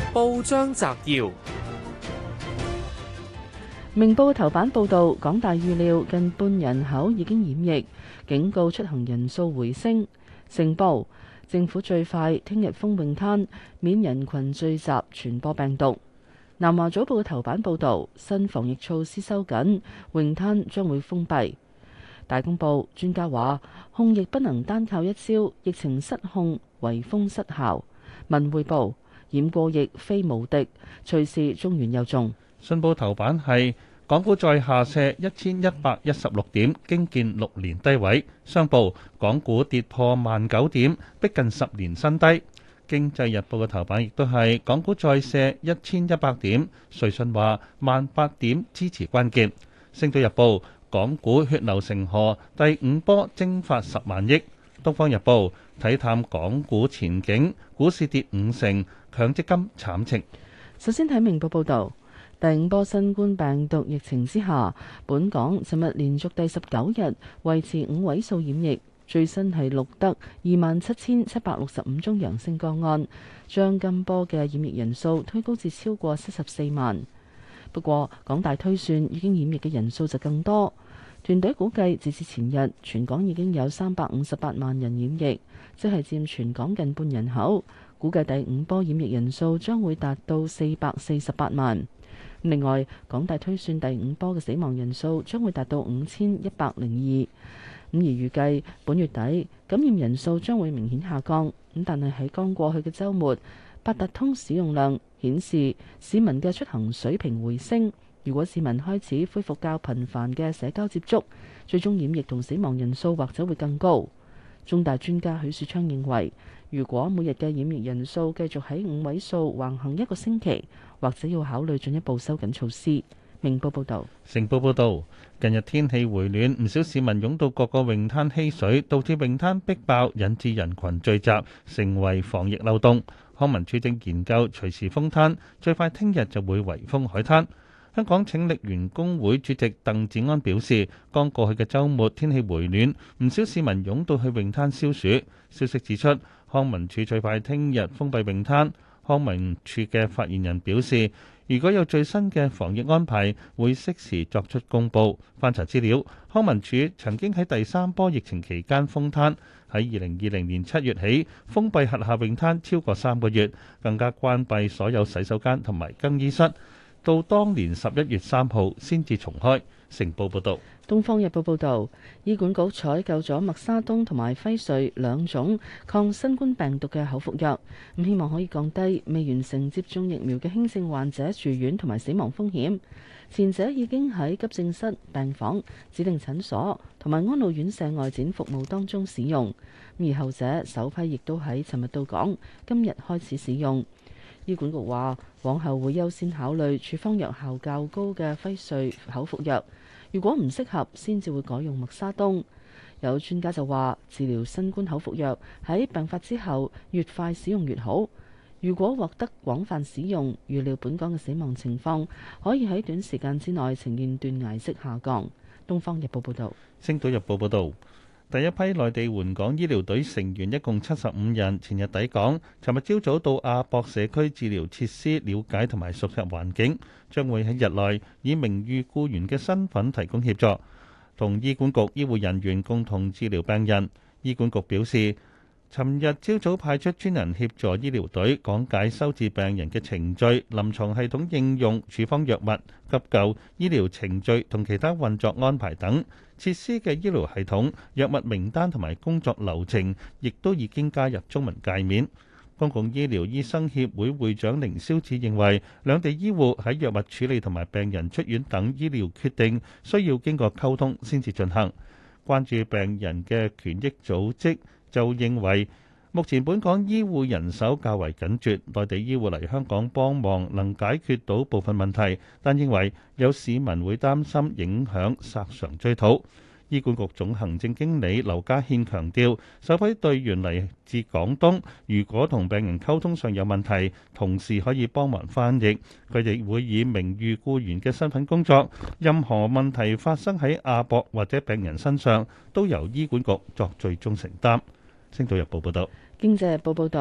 報章摘要： 明報頭版報導，港大預料近半人口已經染疫，警告出行人數回升。成報，政府最快聽日封泳灘，免人群聚集傳播病毒。南華早報嘅頭版報導，新防疫措施收緊，泳灘將會封閉。大公報專家話，控疫不能單靠一招，疫情失控，圍封失效。文匯報，染過疫非無敵，隨時中原又中。 信報頭版係港股再下瀉1116點，驚見6年低位。商報，港股跌破19000點，逼近10年新低。經濟日報嘅頭版亦都係港股再瀉1100點，瑞信話18000點支持關鍵。星島日報，港股血流成河，第5波蒸發10萬億。東方日報，睇淡港股前景，股市跌50%，強積金慘情。 首先睇明報報導。第5波新冠病毒疫情之下，本港尋日連續第19日維持5位數染疫，最新係錄得27765宗陽性個案，將今波嘅染疫人數推高至超過74萬。不過，港大推算已經染疫嘅人數就更多。團隊估計，截至前日，全港已經有358萬人染疫，即係佔全港近半人口。估計第5波染疫人數將會達到448萬。另外，港大推算第5波嘅死亡人數將會達到5102，咁而預計本月底感染人數將會明顯下降。咁但係喺剛過去嘅週末，八達通使用量顯示市民嘅出行水平回升。如果市民開始恢復較頻繁嘅社交接觸，最終染疫同死亡人數或者會更高。中大專家許樹昌認為，如果每日嘅染疫人數繼續喺5位數橫行1個星期，或者要考慮進一步收緊措施。明報報導， 成報報導，近日天氣回暖，唔少市民湧到各個泳灘嬉水，導致泳灘逼爆，引致人群聚集，成為防疫漏洞。康文署正研究隨時封灘，最快聽日就會圍封海灘。香港請力員工會主席鄧子安表示，剛過去嘅週末天氣回暖，唔少市民湧到去泳灘消暑。消息指出，康文署最快聽日封閉泳灘。康文署嘅發言人表示，如果有最新嘅防疫安排，會適時作出公佈。翻查資料，康文署曾經喺第3波疫情期間封灘，喺2020年7月起封閉轄下泳灘超過3個月，更加關閉所有洗手間同埋更衣室。到當年11月3號先至重開。成報報導， 《東方日報》報導，醫管局採購咗默沙東同埋輝瑞2種抗新冠病毒嘅口服藥，咁希望可以降低未完成接種疫苗嘅輕症患者住院同埋死亡風險。前者已經喺急症室、病房、指定診所同埋安老院舍外展服務當中使用，而後者首批亦都喺尋日到港，今日開始使用。醫管局話，往後會優先考慮處方藥效較高嘅輝瑞口服藥，如果唔適合，先至會改用默沙東。有專家就話，治療新冠口服藥喺病發之後越快使用越好。如果獲得廣泛使用，預料本港嘅死亡情況可以喺短時間之內呈現斷崖式下降。《東方日報》報導，《 星島日報》報導。第一批內地援港醫療隊成員一共75人，前日抵港，尋日朝早到亞博社區治療設施了解同埋熟悉環境，將會喺日內以名譽僱員嘅身份提供協助，同醫管局醫護人員共同治療病人。醫管局表示，尋日朝早派出專人協助醫療隊講解收治病人嘅程序、臨床系統應用、處方藥物、急救、醫療程序同其他運作安排等。設施嘅醫療系統、藥物名單同埋工作流程，亦都已經加入中文界面。公共醫療醫生協會會長凌霄志認為，兩地醫護喺藥物處理同埋病人出院等醫療決定，需要經過溝通先至進行。關注病人嘅權益組織就認為，目前本港醫護人手較為緊絀，內地醫護嚟香港幫忙能解決到部分問題，但認為有市民會擔心影響索償追討。醫管局總行政經理劉家憲強調，首批隊員嚟自廣東，如果同病人溝通上有問題，同事可以幫忙翻譯，佢哋會以名譽僱員嘅身份工作，任何問題發生喺亞博或者病人身上，都由醫管局作最終承擔。星島日報報道。 經濟日報報導，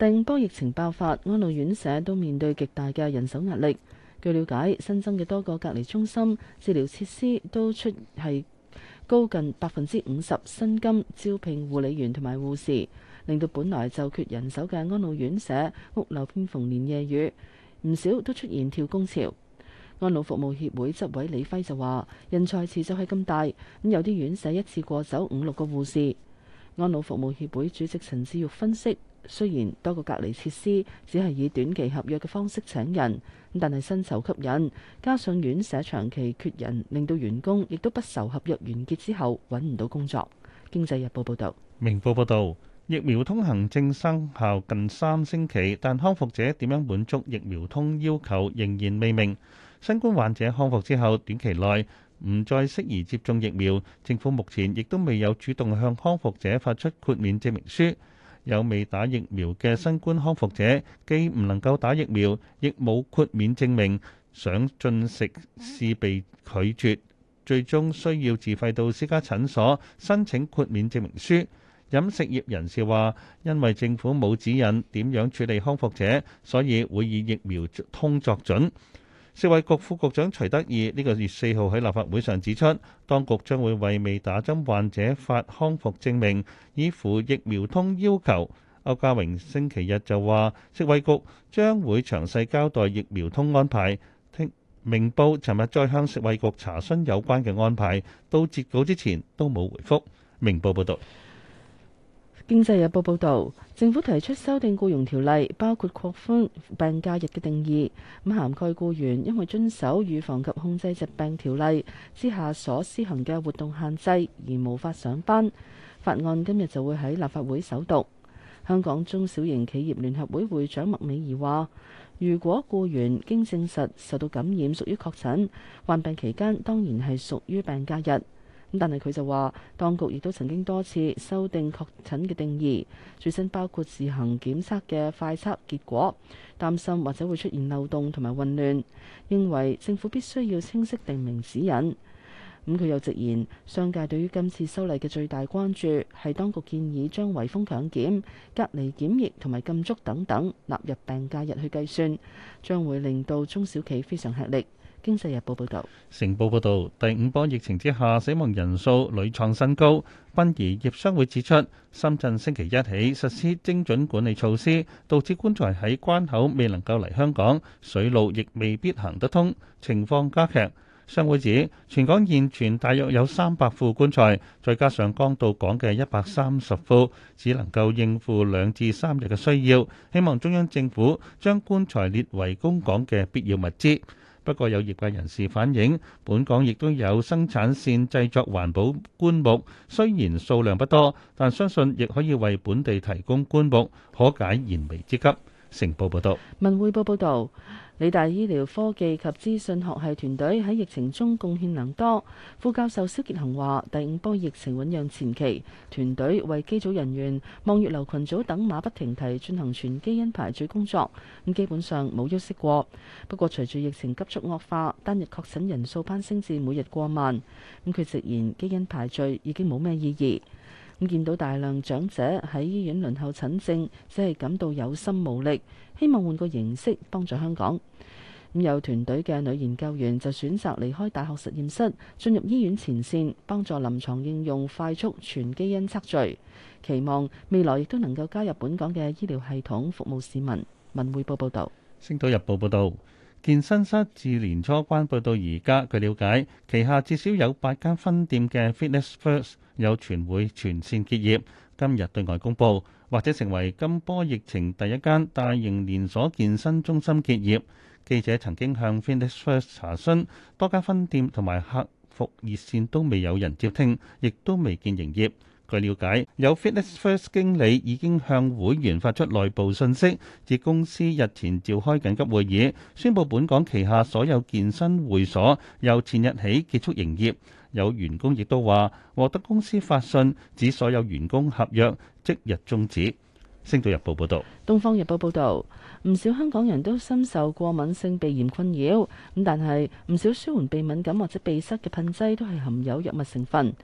第五波疫情爆發，安老院舍都面對極大嘅人手壓力。據了解，新增嘅多個隔離中心、治療設施都係高近50%薪金招聘護理員同埋護士，令到本來就缺人手嘅安老院舍屋漏偏逢連夜雨，唔少都出現跳工潮。安老服務協會執委李輝就話：人才池就係咁大，咁有啲院舍一次過走5-6個護士。安老服務協會主席陳志玉分析，雖然多個隔離設施只係以短期合約嘅方式請人，但係薪酬吸引，加上院舍長期缺人，令到員工亦都不愁合約完結之後揾唔到工作。經濟日報報道。 明報報導，疫苗通行證生效近3星期，但康復者點樣滿足疫苗通要求仍然未明。新冠患者康復之後，短期內唔再適宜接種疫苗，政府目前亦都未有主動向康復者發出豁免證明書。有未打疫苗嘅新冠康復者，既唔能夠打疫苗，亦冇豁免證明，想進食肆被拒絕，最終需要自費到私家診所申請豁免證明書。飲食業人士話，因為政府冇指引點樣處理康復者，所以會以疫苗通作準。食衛局副局長徐德義呢個月4號喺立法會上指出，當局將會為未打針患者發康復證明，以符疫苗通要求。歐家榮星期日就話，食衛局將會詳細交代疫苗通安排。明報尋日再向食衛局查詢有關嘅安排，到截稿之前都冇回覆。明報報導。 經濟日報報導，政府提出修訂僱傭條例，包括擴寬病假日嘅定義，咁涵蓋僱員因為遵守預防及控制疾病條例之下所施行嘅活動限制而無法上班。法案今日就會喺立法會首讀。香港中小型企業聯合會會長麥美儀話，如果僱員經證實受到感染屬於確診，患病期間當然係屬於病假日。但係佢就話，當局亦都曾經多次修訂確診嘅定義，最新包括自行檢測嘅快測結果，擔心或者會出現漏洞同埋混亂，認為政府必須要清晰定明指引。佢又直言，商界對於今次修例嘅最大關注係當局建議將圍封強檢、隔離檢疫同埋禁足等等納入病假日去計算，將會令到中小企非常吃力。經濟日報報導， 成報報導，第5波疫情之下，死亡人數屢創新高。殯儀業商會指出，深圳星期一起實施精準管理措施，導致棺材喺關口未能夠嚟香港，水路亦未必行得通，情況加劇。商會指，全港現存大約有300副棺材，再加上剛到港嘅130副，只能夠應付2至3日嘅需要。希望中央政府將棺材列為供港嘅必要物資。不過有業界人士反映，本港亦都有生產線製作環保棺木，雖然數量不多，但相信亦可以為本地提供棺木，可解燃眉之急。成報報道。 文匯報報道，理大醫療科技及資訊學系團隊喺疫情中貢獻良多。副教授蕭傑恒話，第5波疫情醞釀前期，團隊為機組人員、望月樓群組等馬不停蹄進行全基因排序工作，基本上冇休息過。不過隨住疫情急速惡化，單日確診人數攀升至每日過萬。佢直言基因排序已經冇咩意義。見到大量長者喺醫院輪候診症，只係感到有心無力，希望換個形式幫助香港。有團隊嘅女研究員就選擇離開大學實驗室，進入醫院前線，幫助臨床應用快速全基因測序，期望未來亦都能夠加入本港嘅醫療系統服務市民。文匯報報道。 星島日報報道。健身室自年初關閉到而家，據了解，旗下至少有8間分店嘅 Fitness First 有傳會全線結業。今日對外公佈，或者成為今波疫情第一間大型連鎖健身中心結業。記者曾經向 Fitness First 查詢，多間分店同埋客服熱線都未有人接聽，亦都未見營業。據了解，有 Fitness First 經理已經向會員發出內部信息，指公司日前召開緊急會議，宣布本港旗下所有健身會所由前日起結束營業。有員工亦都話獲得公司發信，指所有員工合約即日終止。星島日報報道。 東方日報報道，唔少香港人都深受過敏性鼻炎困擾，但係唔少舒緩鼻敏感或者鼻塞嘅噴劑都係含有藥物成分。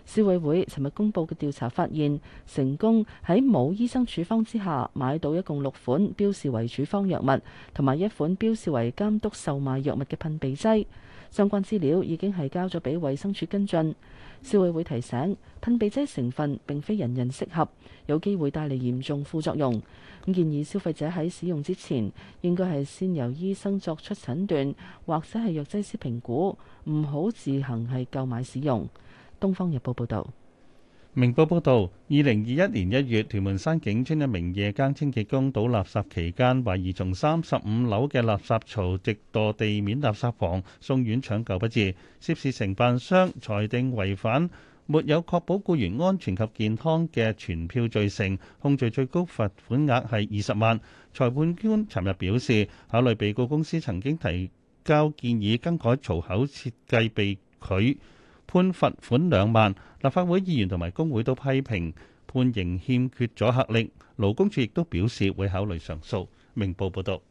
消委會尋日公佈嘅調查發現，成功喺冇醫生處方之下買到一共6款標示為處方藥物，同埋1款標示為監督售賣藥物嘅噴鼻劑。相關資料已經係交咗俾衛生署跟進。消委會提醒，噴鼻劑成分並非人人適合，有機會帶嚟嚴重副作用。咁建議消費者喺使用之前，應該係先由醫生作出診斷，或者係藥劑師評估，唔好自行係購買使用。《東方日報》報導。 明報報導，2021年1月，屯門山景村一名夜間清潔工倒垃圾期間，懷疑從35樓嘅垃圾槽直墮地面垃圾房，送院搶救不治。涉事承辦商裁定違反沒有確保僱員安全及健康嘅傳票罪成，控罪最高罰款額係20萬。裁判官尋日表示，考慮被告公司曾經提交建議更改槽口設計被拒，判罰款2萬。立法會議員同埋工會都批評判刑欠缺阻嚇力，勞工處亦都表示會考慮上訴。明報報道。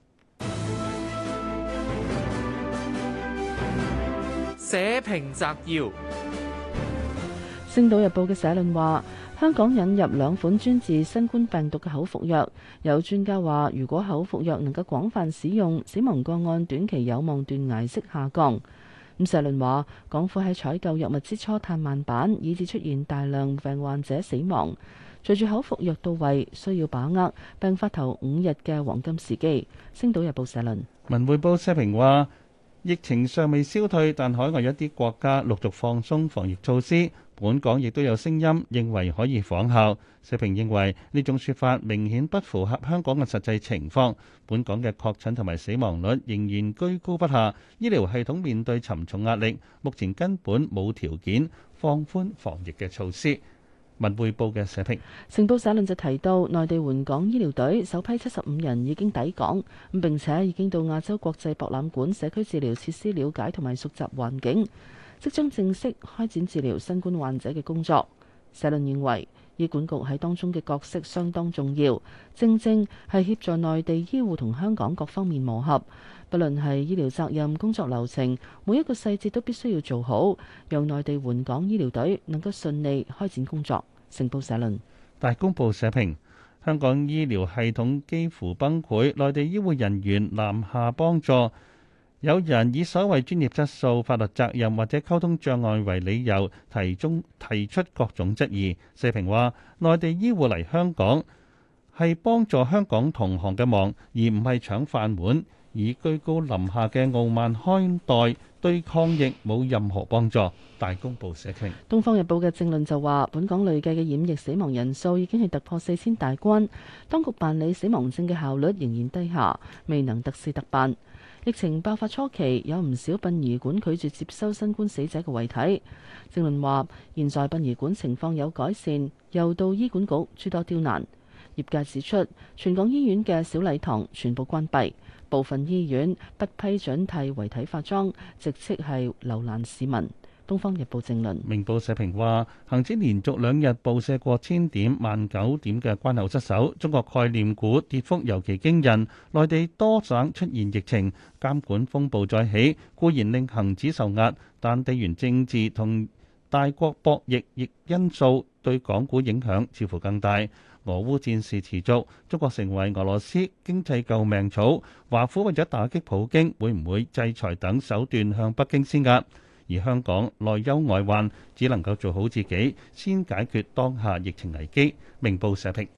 社評摘要：《 星島日報》嘅社論話，香港引入2款專治新冠病毒嘅口服藥，有專家話，如果口服藥能夠廣泛使用，死亡個案短期有望斷崖式下降。咁社論話，港府喺採購藥物之初太慢板，以致出現大量病患者死亡。隨住口服藥到位，需要把握病發頭5日嘅黃金時機。星島日報社論。 文匯報社評話，疫情尚未消退，但海外一啲國家陸續放鬆防疫措施，本港亦都有聲音認為可以仿效。社評認為呢種說法明顯不符合香港嘅實際情況，本港嘅確診同埋死亡率仍然居高不下，醫療系統面對沉重壓力，目前根本冇條件放寬防疫嘅措施。文匯報嘅社評。 成報社論就提到，內地援港醫療隊首批75人已經抵港，咁並且已經到亞洲國際博覽館社區治療設施了解同埋熟習環境，即將正式開展治療新冠患者嘅工作。社論認為，醫管局喺當中嘅角色相當重要，正正係協助內地醫護同香港各方面磨合，不論係醫療責任、工作流程，每一個細節都必須要做好，讓內地援港醫療隊能夠順利開展工作。成報社論。 大公報社評，香港醫療系統幾乎崩潰，內地醫護人員南下幫助。有人以所謂專業質素、法律責任或者溝通障礙為理由，提出各種質疑。社評話，內地醫護嚟香港係幫助香港同行嘅忙，而唔係搶飯碗。以居高臨下嘅傲慢看待，對抗疫冇任何幫助。大公報社評。《 東方日報》嘅政論就話，本港累計嘅染疫死亡人數已經係突破4000大關，當局辦理死亡證嘅效率仍然低下，未能特事特辦。疫情爆發初期，有唔少殯儀館拒絕接收新冠死者嘅遺體。政論話，現在殯儀館情況有改善，又到醫管局諸多刁難。業界指出，全港醫院嘅小禮堂全部關閉，部分醫院不批准替遺體化妝，直斥係留難市民。《東方日報》政論。 明報社評話，恒指連續2日報射過千點、19000點嘅關口失守，中國概念股跌幅尤其驚人。內地多省出現疫情，監管風暴再起，固然令恒指受壓，但地緣政治同大國博弈因素對港股影響似乎更大。俄烏戰事持續，中國成為俄羅斯經濟救命草。華府為咗打擊普京，會唔會制裁等手段向北京施壓？而香港內憂外患，只能夠做好自己，先解決當下疫情危機。明報社評。